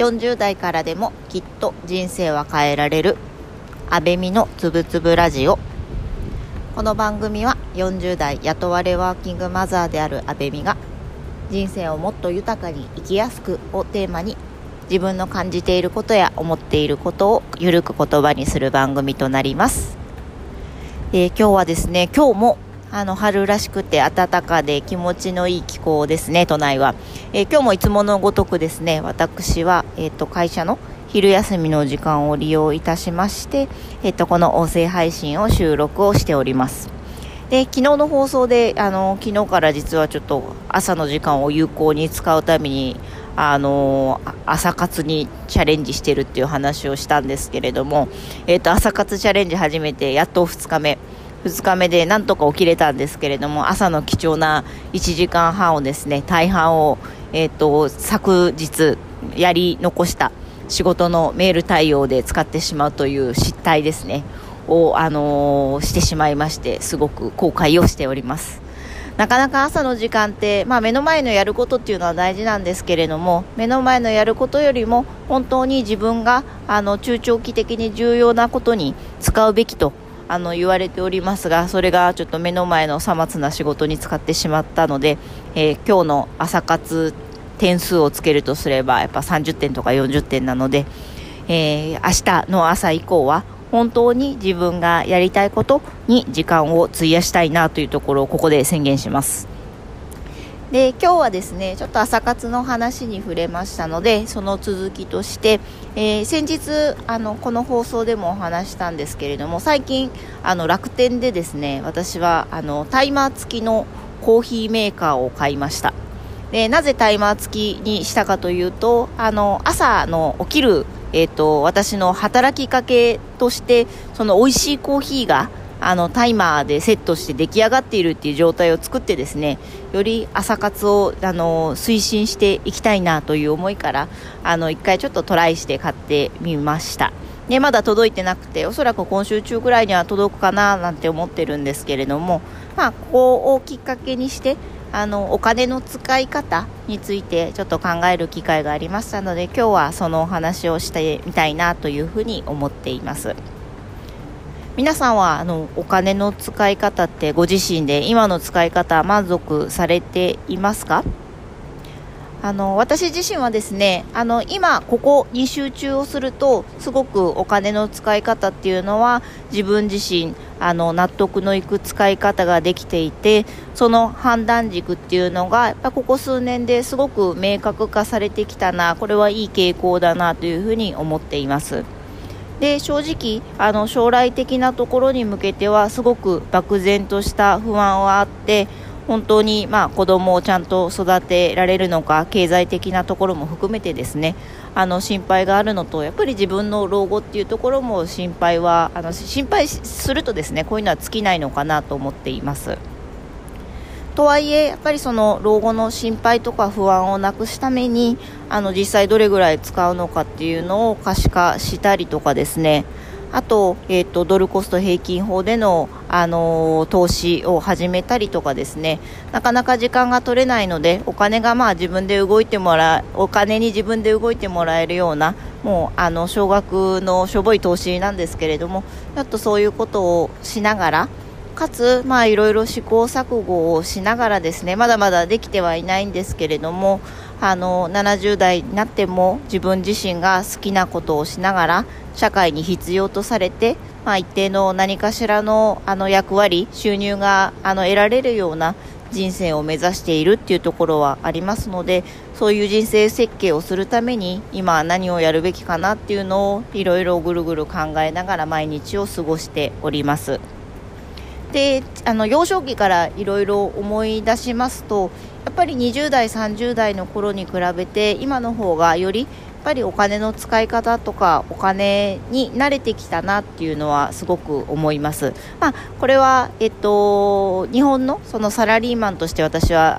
40代からでもきっと人生は変えられるあべみのつぶつぶラジオ。この番組は40代雇われワーキングマザーであるあべみが人生をもっと豊かに生きやすくをテーマに自分の感じていることや思っていることをゆるく言葉にする番組となります。今日はですね、今日も春らしくて暖かで気持ちのいい気候ですね、都内は。今日もいつものごとくですね、私は、会社の昼休みの時間を利用いたしまして、この音声配信を収録をしております。で、昨日の放送で昨日から実はちょっと朝の時間を有効に使うために朝活にチャレンジしてるっていう話をしたんですけれども、朝活チャレンジ始めてやっと2日目でなんとか起きれたんですけれども、朝の貴重な1時間半をですね、大半を、昨日やり残した仕事のメール対応で使ってしまうという失態ですねを、してしまいまして、すごく後悔をしております。なかなか朝の時間って、目の前のやることっていうのは大事なんですけれども、目の前のやることよりも本当に自分が中長期的に重要なことに使うべきと言われておりますが、それがちょっと目の前のさまつな仕事に使ってしまったので、今日の朝活点数をつけるとすればやっぱ30点とか40点なので、明日の朝以降は本当に自分がやりたいことに時間を費やしたいなというところをここで宣言します。で、今日はですね、ちょっと朝活の話に触れましたので、その続きとして、先日この放送でもお話したんですけれども、最近楽天でですね、私はタイマー付きのコーヒーメーカーを買いました。で、なぜタイマー付きにしたかというと、朝の起きる、私の働きかけとして、その美味しいコーヒーがタイマーでセットして出来上がっているっていう状態を作ってですね、より朝活を推進していきたいなという思いから一回ちょっとトライして買ってみました。で、まだ届いてなくて、おそらく今週中ぐらいには届くかななんて思ってるんですけれども、ここをきっかけにしてお金の使い方についてちょっと考える機会がありましたので、今日はそのお話をしてみたいなというふうに思っています。皆さんはお金の使い方ってご自身で今の使い方満足されていますか？私自身はですね、今ここに集中をするとすごくお金の使い方っていうのは自分自身納得のいく使い方ができていて、その判断軸っていうのがやっぱここ数年ですごく明確化されてきたな、これはいい傾向だなというふうに思っています。で、正直将来的なところに向けてはすごく漠然とした不安はあって、本当に子供をちゃんと育てられるのか、経済的なところも含めてですね、心配があるのと、やっぱり自分の老後っていうところも心配するとですね、こういうのは尽きないのかなと思っています。とはいえやっぱりその老後の心配とか不安をなくすために実際どれぐらい使うのかっていうのを可視化したりとかですね、あと、ドルコスト平均法での、投資を始めたりとかですね、なかなか時間が取れないので、お金に自分で動いてもらえるような、もう少額のしょぼい投資なんですけれども、ちょっとそういうことをしながら、かついろいろ試行錯誤をしながらですね、まだまだできてはいないんですけれども、70代になっても自分自身が好きなことをしながら社会に必要とされて、一定の何かしらの役割、収入が得られるような人生を目指しているっていうところはありますので、そういう人生設計をするために今何をやるべきかなっていうのをいろいろぐるぐる考えながら毎日を過ごしております。で、幼少期からいろいろ思い出しますと、やっぱり20代30代の頃に比べて今の方がよりやっぱりお金の使い方とかお金に慣れてきたなっていうのはすごく思います。これは、日本のそのサラリーマンとして私は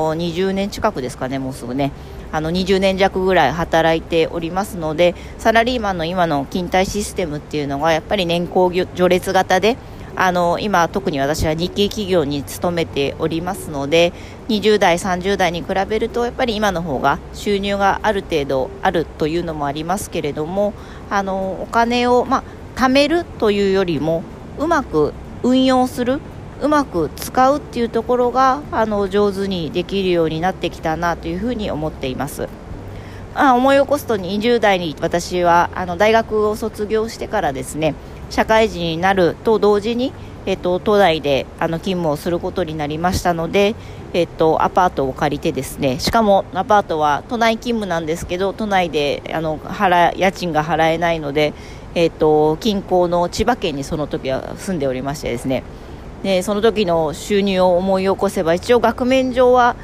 20年近くですかね、もうすぐね20年弱ぐらい働いておりますので、サラリーマンの今の勤怠システムっていうのがやっぱり年功序列型で今特に私は日系企業に勤めておりますので、20代30代に比べるとやっぱり今の方が収入がある程度あるというのもありますけれども、お金を貯めるというよりもうまく運用する、うまく使うっていうところが上手にできるようになってきたなというふうに思っています。思い起こすと20代に私は大学を卒業してからですね、社会人になると同時に、都内で勤務をすることになりましたので、アパートを借りてですね、しかもアパートは都内勤務なんですけど、都内で家賃が払えないので、近郊の千葉県にその時は住んでおりましてですね、でその時の収入を思い起こせば、一応額面上は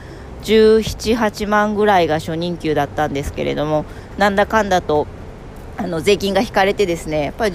17、8万ぐらいが初任給だったんですけれども、なんだかんだと税金が引かれてですね、やっぱり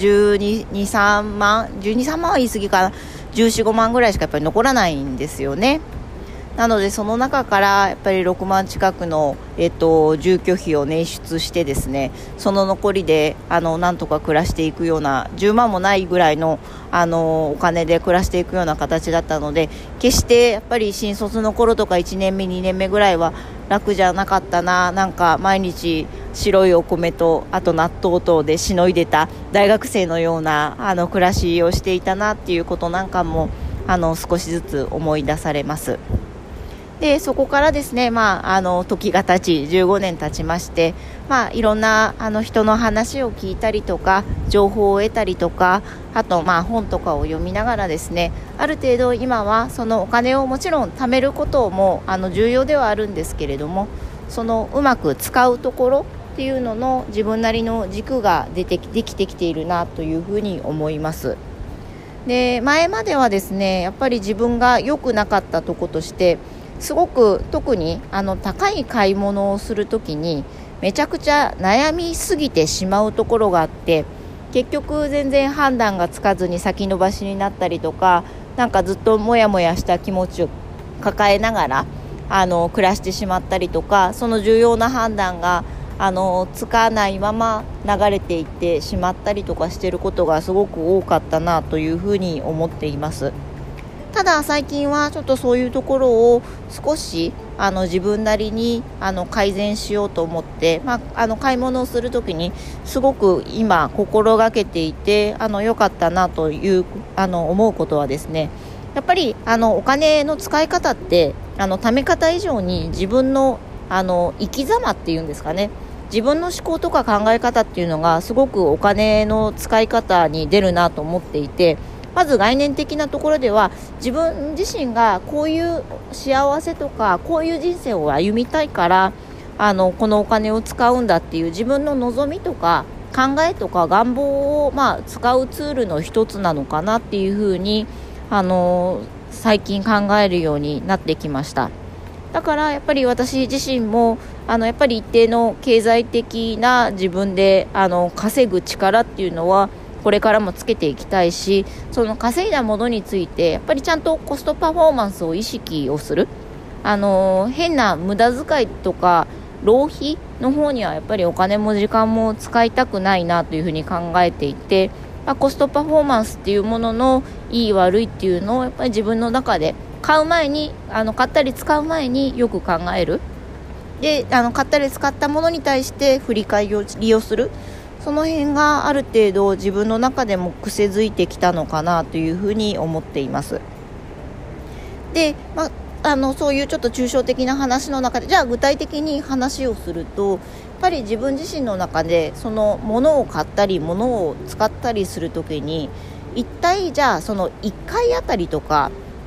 12、3万は言い過ぎかな、14、5万ぐらいしかやっぱり残らないんですよね。なのでその中からやっぱり6万近くの、住居費を捻出してですね、その残りでなんとか暮らしていくような、10万もないぐらいの、お金で暮らしていくような形だったので、決してやっぱり新卒の頃とか1年目2年目ぐらいは楽じゃなかったな。なんか毎日白いお米とあと納豆等でしのいでた大学生のような暮らしをしていたなっていうことなんかも少しずつ思い出されます。でそこからですね、時が経ち15年経ちまして、いろんな人の話を聞いたりとか情報を得たりとか、あと本とかを読みながらですね、ある程度今はそのお金をもちろん貯めることも重要ではあるんですけれども、そのうまく使うところっていうのの自分なりの軸ができてきているなというふうに思います。で前まではですね、やっぱり自分が良くなかったところとして、すごく特に高い買い物をするときにめちゃくちゃ悩みすぎてしまうところがあって、結局全然判断がつかずに先延ばしになったりとか、なんかずっとモヤモヤした気持ちを抱えながら暮らしてしまったりとか、その重要な判断がつかないまま流れていってしまったりとかしていることがすごく多かったなというふうに思っています。ただ最近はちょっとそういうところを少し自分なりに改善しようと思って、買い物をするときにすごく今心がけていて良かったなという思うことはですね、やっぱりお金の使い方って貯め方以上に自分の生き様っていうんですかね、自分の思考とか考え方っていうのがすごくお金の使い方に出るなと思っていて、まず概念的なところでは自分自身がこういう幸せとかこういう人生を歩みたいからこのお金を使うんだっていう自分の望みとか考えとか願望を使うツールの一つなのかなっていうふうに最近考えるようになってきました。だからやっぱり私自身もやっぱり一定の経済的な自分で稼ぐ力っていうのはこれからもつけていきたいし、その稼いだものについてやっぱりちゃんとコストパフォーマンスを意識をする、変な無駄遣いとか浪費の方にはやっぱりお金も時間も使いたくないなというふうに考えていて、コストパフォーマンスっていうもののいい悪いっていうのをやっぱり自分の中で買ったり使う前によく考える。で買ったり使ったものに対して振り返りをする、その辺がある程度自分の中でも癖づいてきたのかなというふうに思っています。で、そういうちょっと抽象的な話の中で、じゃあ具体的に話をすると、やっぱり自分自身の中でその物を買ったり物を使ったりするときに、一体じゃあその1回あたりとか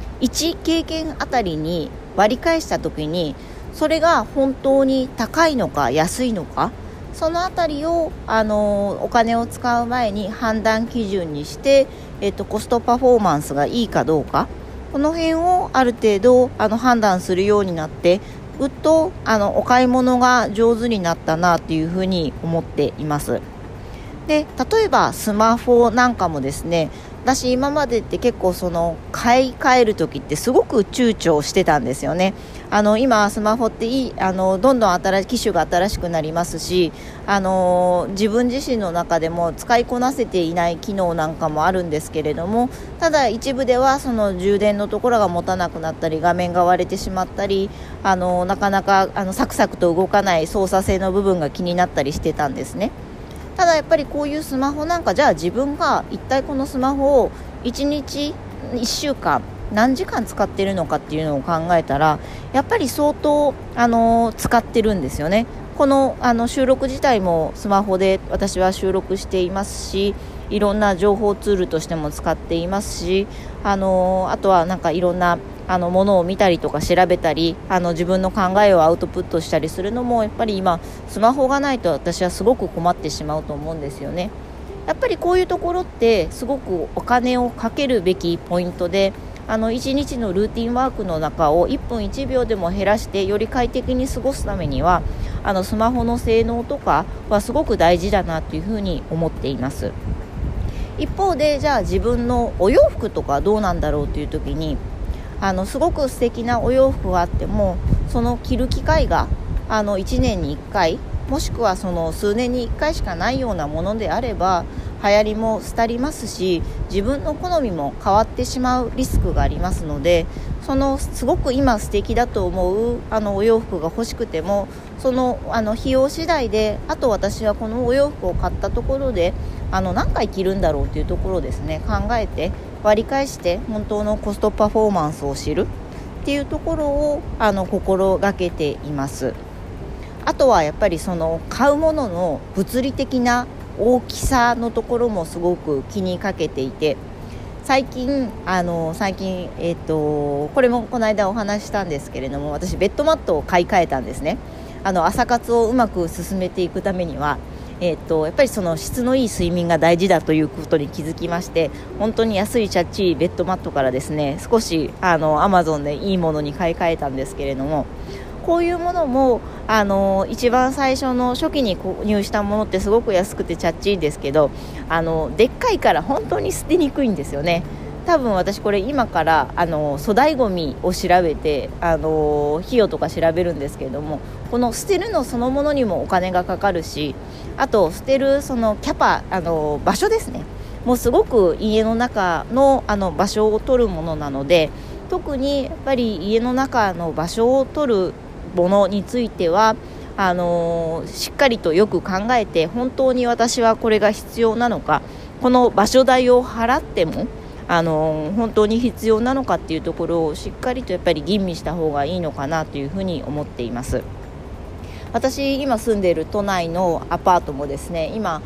1経験あたりに割り返したときに、それが本当に高いのか安いのか、そのあたりをお金を使う前に判断基準にして、コストパフォーマンスがいいかどうか、この辺をある程度判断するようになって、ぐっとお買い物が上手になったなというふうに思っています。で例えばスマホなんかもですね、 私今までって結構買い替える時ってすごく躊躇してたんですよね。今スマホってどんどん機種が新しくなりますし、自分自身の中でも使いこなせていない機能なんかもあるんですけれども、ただ一部ではその充電のところが持たなくなったり、画面が割れてしまったり、なかなかサクサクと動かない操作性の部分が気になったりしてたんですね。ただやっぱりこういうスマホなんか、じゃあ自分が一体このスマホを1日1週間何時間使ってるのかっていうのを考えたら、やっぱり相当使ってるんですよね。この収録自体もスマホで私は収録していますし、いろんな情報ツールとしても使っていますし、あとはなんかいろんなものを見たりとか調べたり、自分の考えをアウトプットしたりするのも、やっぱり今スマホがないと私はすごく困ってしまうと思うんですよね。やっぱりこういうところってすごくお金をかけるべきポイントで、1日のルーティンワークの中を1分1秒でも減らしてより快適に過ごすためには、スマホの性能とかはすごく大事だなというふうに思っています。一方で、じゃあ自分のお洋服とかどうなんだろうという時に、すごく素敵なお洋服があっても、その着る機会が1年に1回もしくはその数年に1回しかないようなものであれば、流行りも廃りますし、自分の好みも変わってしまうリスクがありますので、すごく今素敵だと思うお洋服が欲しくても、費用次第で、あと私はこのお洋服を買ったところで何回着るんだろうというところをですね、考えて割り返して本当のコストパフォーマンスを知るっていうところを心がけています。あとはやっぱり買うものの物理的な大きさのところもすごく気にかけていて、最近これもこの間お話したんですけれども、私ベッドマットを買い替えたんですね。朝活をうまく進めていくためには、やっぱり質のいい睡眠が大事だということに気づきまして、本当に安いチャッチーベッドマットからですね、少しAmazonでいいものに買い替えたんですけれども、こういうものも一番最初の初期に購入したものってすごく安くてチャッチーですけど、でっかいから本当に捨てにくいんですよね。多分私これ今から粗大ごみを調べて費用とか調べるんですけれども、この捨てるのそのものにもお金がかかるし、あと捨てるキャパ場所ですね、もうすごく家の中の場所を取るものなので、特にやっぱり家の中の場所を取るものについてはしっかりとよく考えて、本当に私はこれが必要なのか、この場所代を払っても本当に必要なのかっていうところをしっかりとやっぱり吟味した方がいいのかなというふうに思っています。私今住んでいる都内のアパートもですね、今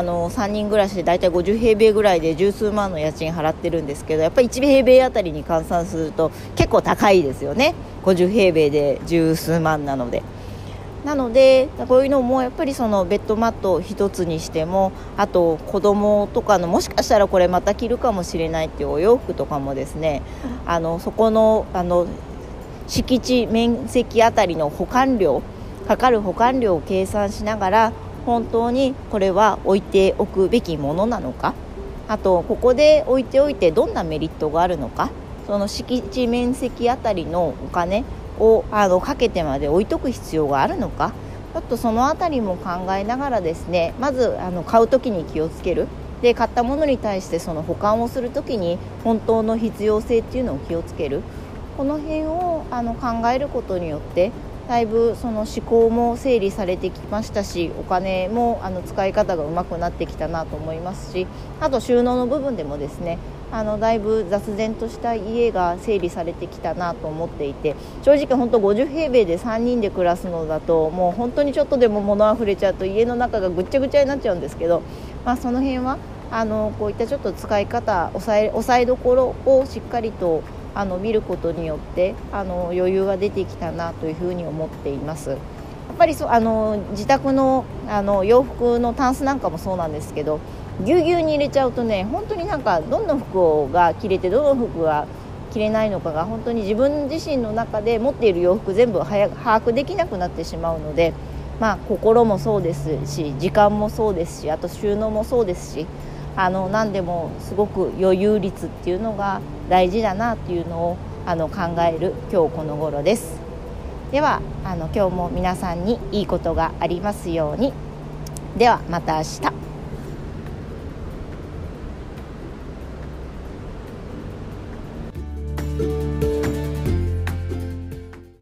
3人暮らしでだいたい50平米ぐらいで十数万の家賃払ってるんですけど、やっぱり1平米あたりに換算すると結構高いですよね。50平米で十数万なので、こういうのもやっぱりベッドマット一つにしても、あと子供とかのもしかしたらこれまた着るかもしれないっていうお洋服とかもですね、そこの敷地面積あたりのかかる保管料を計算しながら、本当にこれは置いておくべきものなのか、あとここで置いておいてどんなメリットがあるのか、その敷地面積あたりのお金をかけてまで置いとく必要があるのか、ちょっとそのあたりも考えながらですね、まず買うときに気をつける、で買ったものに対して保管をするときに本当の必要性っていうのを気をつける、この辺を考えることによってだいぶ思考も整理されてきましたし、お金も使い方がうまくなってきたなと思いますし、あと収納の部分でもですね、だいぶ雑然とした家が整理されてきたなと思っていて、正直本当50平米で3人で暮らすのだと、もう本当にちょっとでも物あふれちゃうと家の中がぐっちゃぐちゃになっちゃうんですけど、その辺はこういったちょっと使い方、抑えどころをしっかりと見ることによって余裕が出てきたなというふうに思っています。やっぱり自宅の洋服のタンスなんかもそうなんですけど、ぎゅうぎゅうに入れちゃうとね、本当にどんな服が着れてどの服が着れないのかが本当に自分自身の中で持っている洋服全部把握できなくなってしまうので、心もそうですし、時間もそうですし、あと収納もそうですし、 何でもすごく余裕率っていうのが大事だなっていうのを考える今日この頃です。では今日も皆さんにいいことがありますように。ではまた明日。